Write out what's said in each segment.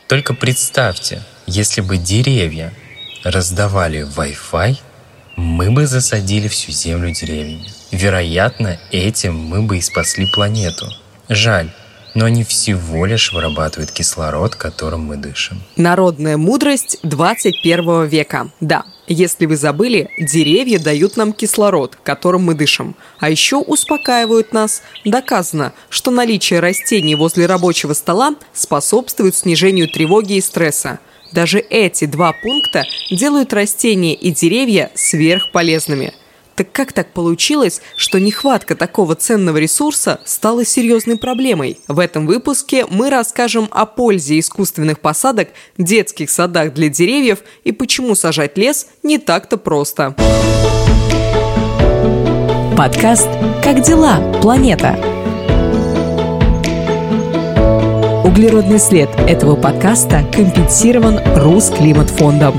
Только представьте, если бы деревья раздавали Wi-Fi, мы бы засадили всю Землю деревьями. Вероятно, этим мы бы и спасли планету. Жаль, но они всего лишь вырабатывают кислород, которым мы дышим. Народная мудрость 21 века. Да, если вы забыли, деревья дают нам кислород, которым мы дышим. А еще успокаивают нас. Доказано, что наличие растений возле рабочего стола способствует снижению тревоги и стресса. Даже эти 2 пункта делают растения и деревья сверхполезными. Так как так получилось, что нехватка такого ценного ресурса стала серьезной проблемой? В этом выпуске мы расскажем о пользе искусственных посадок, детских садах для деревьев и почему сажать лес не так-то просто. Подкаст «Как дела, планета?». Углеродный след этого подкаста компенсирован Русклиматфондом.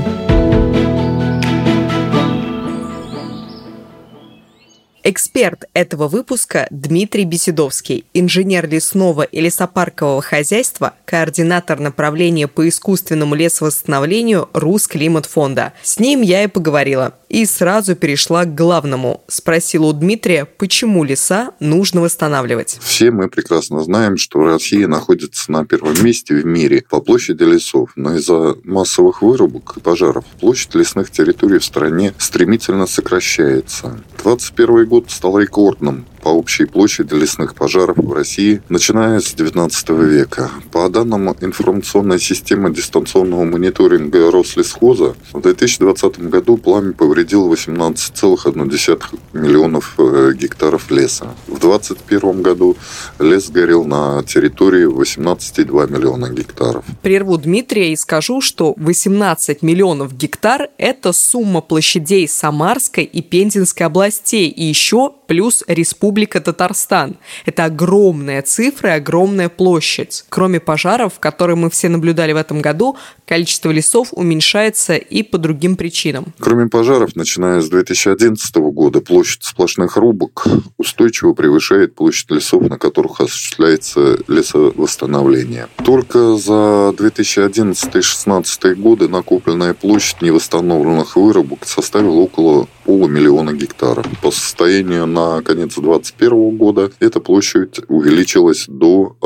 Эксперт этого выпуска Дмитрий Беседовский, инженер лесного и лесопаркового хозяйства, координатор направления по искусственному лесовосстановлению Русклиматфонда. С ним я и поговорила. И сразу перешла к главному. Спросила у Дмитрия, почему леса нужно восстанавливать. Все мы прекрасно знаем, что Россия находится на первом месте в мире по площади лесов. Но из-за массовых вырубок и пожаров площадь лесных территорий в стране стремительно сокращается. 2021 год стал рекордным по общей площади лесных пожаров в России, начиная с XIX века. По данным информационной системы дистанционного мониторинга Рослесхоза, в 2020 году пламя повредило 18,1 миллионов гектаров леса. В 2021 году лес сгорел на территории 18,2 миллиона гектаров. Прерву Дмитрия и скажу, что 18 миллионов гектар – это сумма площадей Самарской и Пензенской областей, и еще плюс Республика Татарстан. Это огромная цифра и огромная площадь. Кроме пожаров, которые мы все наблюдали в этом году, количество лесов уменьшается и по другим причинам. Кроме пожаров, начиная с 2011 года, площадь сплошных рубок устойчиво превышает площадь лесов, на которых осуществляется лесовосстановление. Только за 2011-2016 годы накопленная площадь невосстановленных вырубок составила около 500 000 гектаров. По состоянию на конец 2021 года эта площадь увеличилась до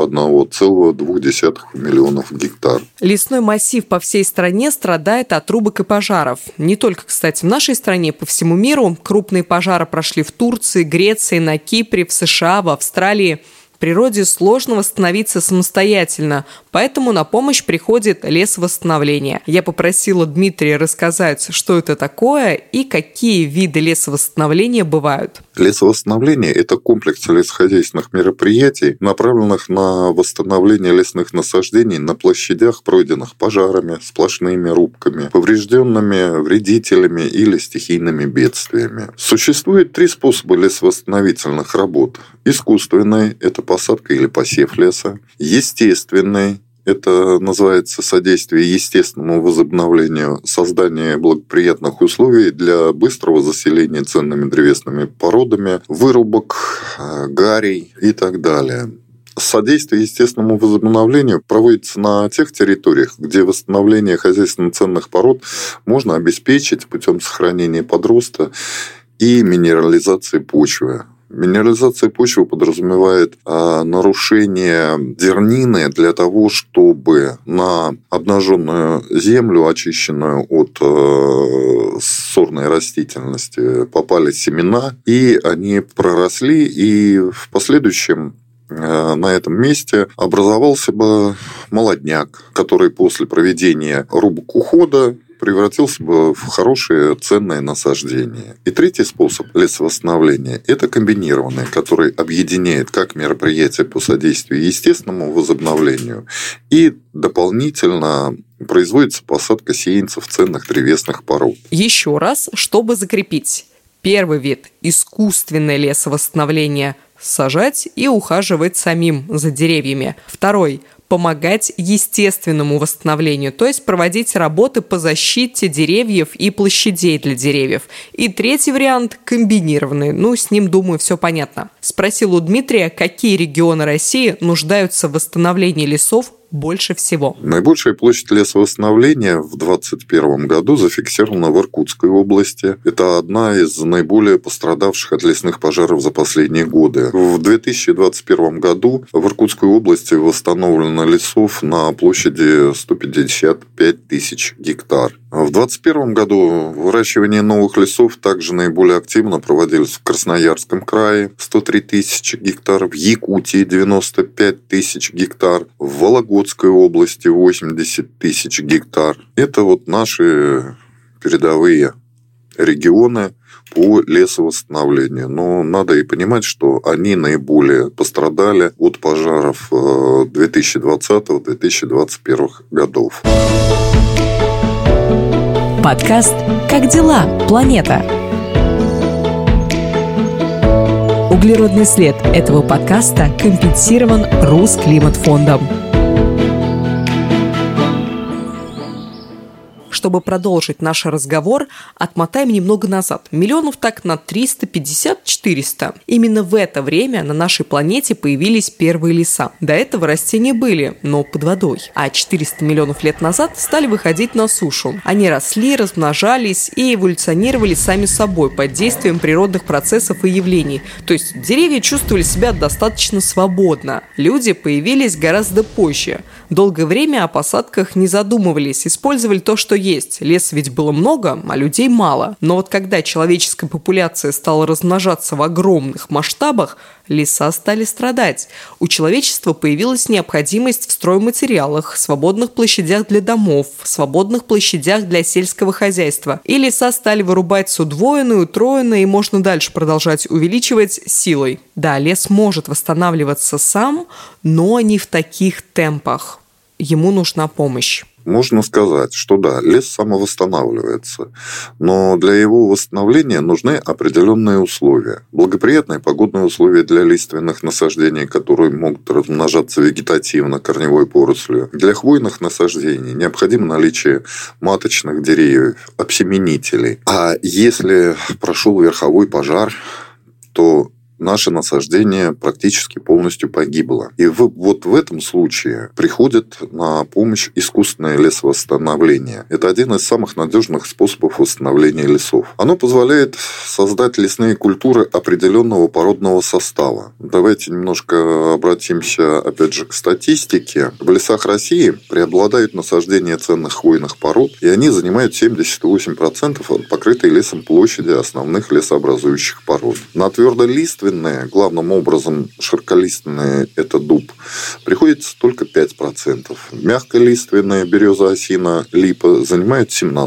1,2 миллионов гектар. Лесной массив по всей стране страдает от рубок и пожаров. Не только, кстати, в нашей стране, по всему миру. Крупные пожары прошли в Турции, Греции, на Кипре, в США, в Австралии. Природе сложно восстановиться самостоятельно, поэтому на помощь приходит лесовосстановление. Я попросила Дмитрия рассказать, что это такое и какие виды лесовосстановления бывают. Лесовосстановление – это комплекс лесохозяйственных мероприятий, направленных на восстановление лесных насаждений на площадях, пройденных пожарами, сплошными рубками, поврежденными вредителями или стихийными бедствиями. Существует 3 способа лесовосстановительных работ. Искусственный – это посадка или посев леса. Естественный – это называется содействие естественному возобновлению, создание благоприятных условий для быстрого заселения ценными древесными породами, вырубок, гарей и так далее. Содействие естественному возобновлению проводится на тех территориях, где восстановление хозяйственно ценных пород можно обеспечить путем сохранения подроста и минерализации почвы. Минерализация почвы подразумевает нарушение дернины для того, чтобы на обнаженную землю, очищенную от сорной растительности, попали семена, и они проросли, и в последующем на этом месте образовался бы молодняк, который после проведения рубок ухода превратился бы в хорошее ценное насаждение. И третий способ лесовосстановления – это комбинированный, который объединяет как мероприятия по содействию естественному возобновлению и дополнительно производится посадка сеянцев ценных древесных пород. Еще раз, чтобы закрепить. Первый вид – искусственное лесовосстановление – сажать и ухаживать самим за деревьями. Второй – помогать естественному восстановлению, то есть проводить работы по защите деревьев и площадей для деревьев. И третий вариант – комбинированный. С ним, думаю, все понятно. Спросил у Дмитрия, какие регионы России нуждаются в восстановлении лесов больше всего? Наибольшая площадь лесовосстановления в 2021 году зафиксирована в Иркутской области. Это одна из наиболее пострадавших от лесных пожаров за последние годы. В 2021 году в Иркутской области восстановлено лесов на площади 155 тысяч гектар. В 2021 году выращивание новых лесов также наиболее активно проводилось в Красноярском крае – 103 тысячи гектар, в Якутии – 95 тысяч гектар, в Вологодской области – 80 тысяч гектар. Это вот наши передовые регионы по лесовосстановлению. Но надо и понимать, что они наиболее пострадали от пожаров 2020-2021 годов. Подкаст «Как дела, планета?». Углеродный след этого подкаста компенсирован Русклиматфондом. Чтобы продолжить наш разговор, отмотаем немного назад. Миллионов так на 350-400. Именно в это время на нашей планете появились первые леса. До этого растения были, но под водой. А 400 миллионов лет назад стали выходить на сушу. Они росли, размножались и эволюционировали сами собой под действием природных процессов и явлений. То есть деревья чувствовали себя достаточно свободно. Люди появились гораздо позже. Долгое время о посадках не задумывались, использовали то, что есть. Леса ведь было много, а людей мало. Но вот когда человеческая популяция стала размножаться в огромных масштабах, леса стали страдать. У человечества появилась необходимость в стройматериалах, свободных площадях для домов, свободных площадях для сельского хозяйства. И леса стали вырубать удвоенно, утроенно, и можно дальше продолжать увеличивать силой. Да, лес может восстанавливаться сам, но не в таких темпах. Ему нужна помощь. Можно сказать, что да, лес самовосстанавливается, но для его восстановления нужны определенные условия. Благоприятные погодные условия для лиственных насаждений, которые могут размножаться вегетативно корневой порослью. Для хвойных насаждений необходимо наличие маточных деревьев, обсеменителей. А если прошел верховой пожар, то наше насаждение практически полностью погибло. И вот в этом случае приходит на помощь искусственное лесовосстановление. Это один из самых надежных способов восстановления лесов. Оно позволяет создать лесные культуры определенного породного состава. Давайте немножко обратимся, опять же, к статистике. В лесах России преобладают насаждения ценных хвойных пород, и они занимают 78% от покрытой лесом площади основных лесообразующих пород. На твердолиственные, главным образом широколиственные, это дуб, приходится только 5%. Мягколиственные береза, осина, липа занимают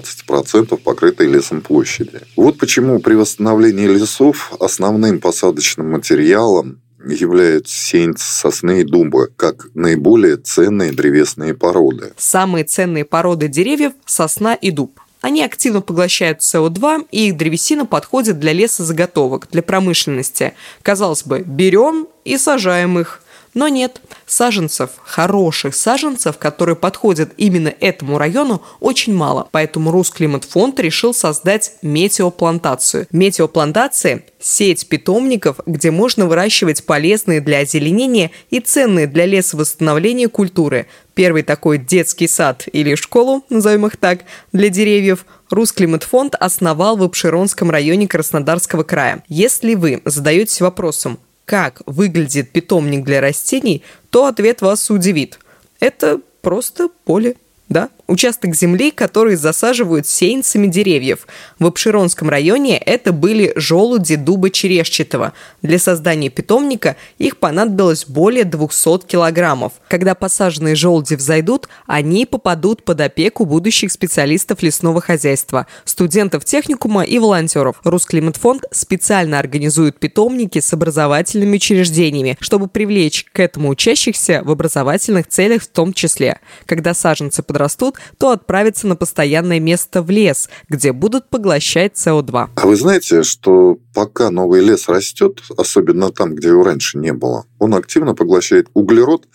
17% покрытой лесом площади. Вот почему при восстановлении лесов основным посадочным материалом являются сеянцы, сосны и дубы, как наиболее ценные древесные породы. Самые ценные породы деревьев – сосна и дуб. Они активно поглощают СО2, и их древесина подходит для лесозаготовок, для промышленности. Казалось бы, берем и сажаем их. Но нет, саженцев, хороших саженцев, которые подходят именно этому району, очень мало. Поэтому Русклиматфонд решил создать метеоплантацию. Метеоплантация – сеть питомников, где можно выращивать полезные для озеленения и ценные для лесовосстановления культуры. Первый такой детский сад или школу, назовем их так, для деревьев Русклиматфонд основал в Апшеронском районе Краснодарского края. Если вы задаетесь вопросом, как выглядит питомник для растений, то ответ вас удивит. Это просто поле, да? Участок земли, который засаживают сеянцами деревьев. В Апшеронском районе это были желуди дуба черешчатого. Для создания питомника их понадобилось более 200 килограммов. Когда посаженные желуди взойдут, они попадут под опеку будущих специалистов лесного хозяйства, студентов техникума и волонтеров. Русклиматфонд специально организует питомники с образовательными учреждениями, чтобы привлечь к этому учащихся в образовательных целях в том числе. Когда саженцы подрастут, то отправятся на постоянное место в лес, где будут поглощать СО2. А вы знаете, что пока новый лес растет, особенно там, где его раньше не было, он активно поглощает углерод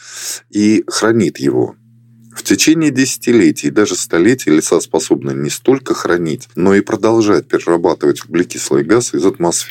и хранит его. В течение десятилетий, даже столетий леса способны не столько хранить, но и продолжать перерабатывать углекислый газ из атмосферы.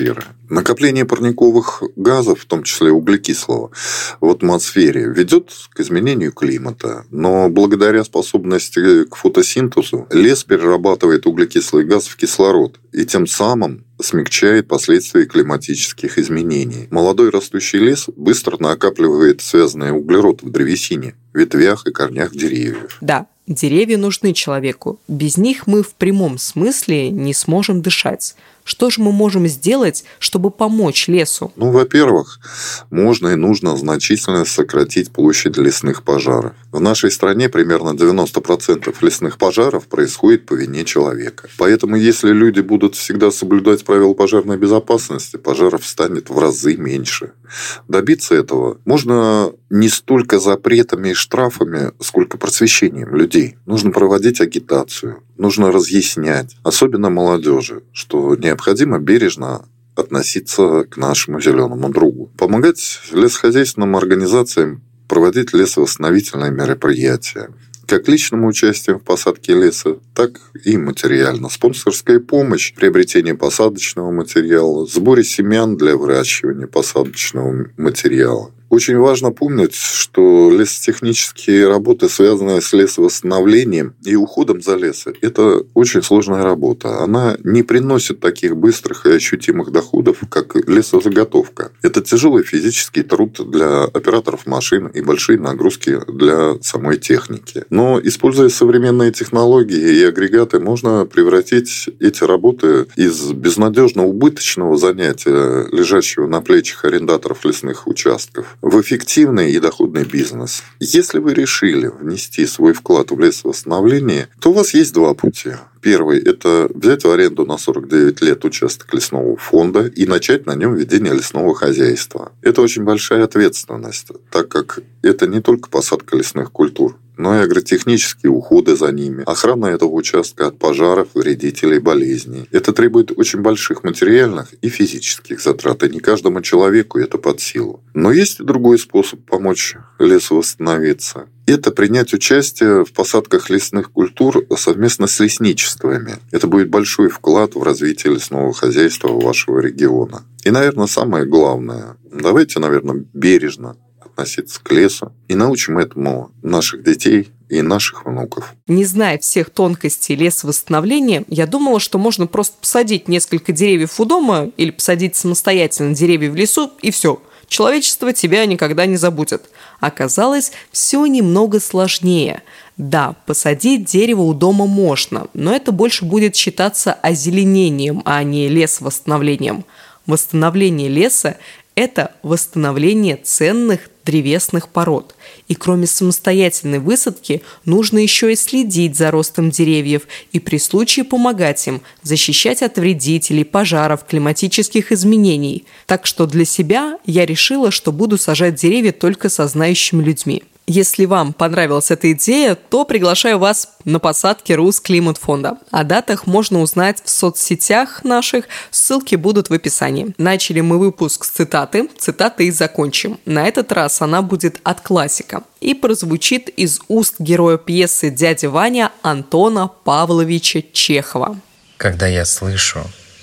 Накопление парниковых газов, в том числе углекислого, в атмосфере ведет к изменению климата. Но благодаря способности к фотосинтезу лес перерабатывает углекислый газ в кислород и тем самым смягчает последствия климатических изменений. Молодой растущий лес быстро накапливает связанный углерод в древесине, ветвях и корнях деревьев. Да, деревья нужны человеку. Без них мы в прямом смысле не сможем дышать. Что же мы можем сделать, чтобы помочь лесу? Во-первых, можно и нужно значительно сократить площадь лесных пожаров. В нашей стране примерно 90% лесных пожаров происходит по вине человека. Поэтому, если люди будут всегда соблюдать правила пожарной безопасности, пожаров станет в разы меньше. Добиться этого можно не столько запретами и штрафами, сколько просвещением людей. Нужно проводить агитацию, нужно разъяснять, особенно молодежи, что необходимо бережно относиться к нашему зеленому другу. Помогать лесохозяйственным организациям проводить лесовосстановительные мероприятия. Как личным участием в посадке леса, так и материально. Спонсорская помощь, приобретение посадочного материала, сборе семян для выращивания посадочного материала. Очень важно помнить, что лесотехнические работы, связанные с лесовосстановлением и уходом за лесом, это очень сложная работа. Она не приносит таких быстрых и ощутимых доходов, как лесозаготовка. Это тяжелый физический труд для операторов машин и большие нагрузки для самой техники. Но, используя современные технологии и агрегаты, можно превратить эти работы из безнадежно убыточного занятия, лежащего на плечах арендаторов лесных участков, в эффективный и доходный бизнес. Если вы решили внести свой вклад в лесовосстановление, то у вас есть два пути. Первый – это взять в аренду на 49 лет участок лесного фонда и начать на нем ведение лесного хозяйства. Это очень большая ответственность, так как это не только посадка лесных культур, но и агротехнические уходы за ними, охрана этого участка от пожаров, вредителей, болезней. Это требует очень больших материальных и физических затрат, и не каждому человеку это под силу. Но есть и другой способ помочь лесу восстановиться. Это принять участие в посадках лесных культур совместно с лесничествами. Это будет большой вклад в развитие лесного хозяйства вашего региона. И, наверное, самое главное, давайте, бережно относиться к лесу и научим этому наших детей и наших внуков. Не зная всех тонкостей лесовосстановления, я думала, что можно просто посадить несколько деревьев у дома или посадить самостоятельно деревья в лесу, и все. Человечество тебя никогда не забудет. Оказалось, все немного сложнее. Да, посадить дерево у дома можно, но это больше будет считаться озеленением, а не лесовосстановлением. Восстановление леса – это восстановление ценных древесных пород. И кроме самостоятельной высадки, нужно еще и следить за ростом деревьев и при случае помогать им, защищать от вредителей, пожаров, климатических изменений. Так что для себя я решила, что буду сажать деревья только со знающими людьми. Если вам понравилась эта идея, то приглашаю вас на посадки Русклиматфонда. О датах можно узнать в соцсетях наших, ссылки будут в описании. Начали мы выпуск с цитаты и закончим. На этот раз она будет от классика и прозвучит из уст героя пьесы «Дядя Ваня» Антона Павловича Чехова. Когда я слышу,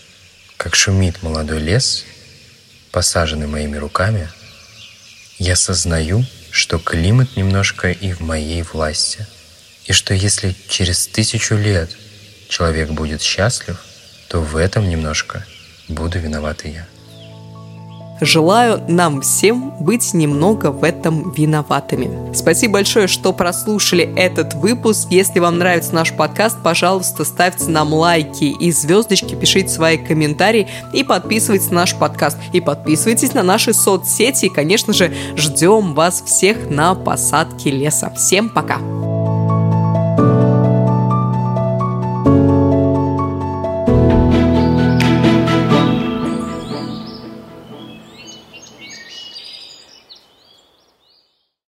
как шумит молодой лес, посаженный моими руками, я сознаю, что климат немножко и в моей власти, и что если через 1000 лет человек будет счастлив, то в этом немножко буду виноват и я. Желаю нам всем быть немного в этом виноватыми. Спасибо большое, что прослушали этот выпуск. Если вам нравится наш подкаст, пожалуйста, ставьте нам лайки и звездочки, пишите свои комментарии и подписывайтесь на наш подкаст. И подписывайтесь на наши соцсети. И, конечно же, ждем вас всех на посадке леса. Всем пока!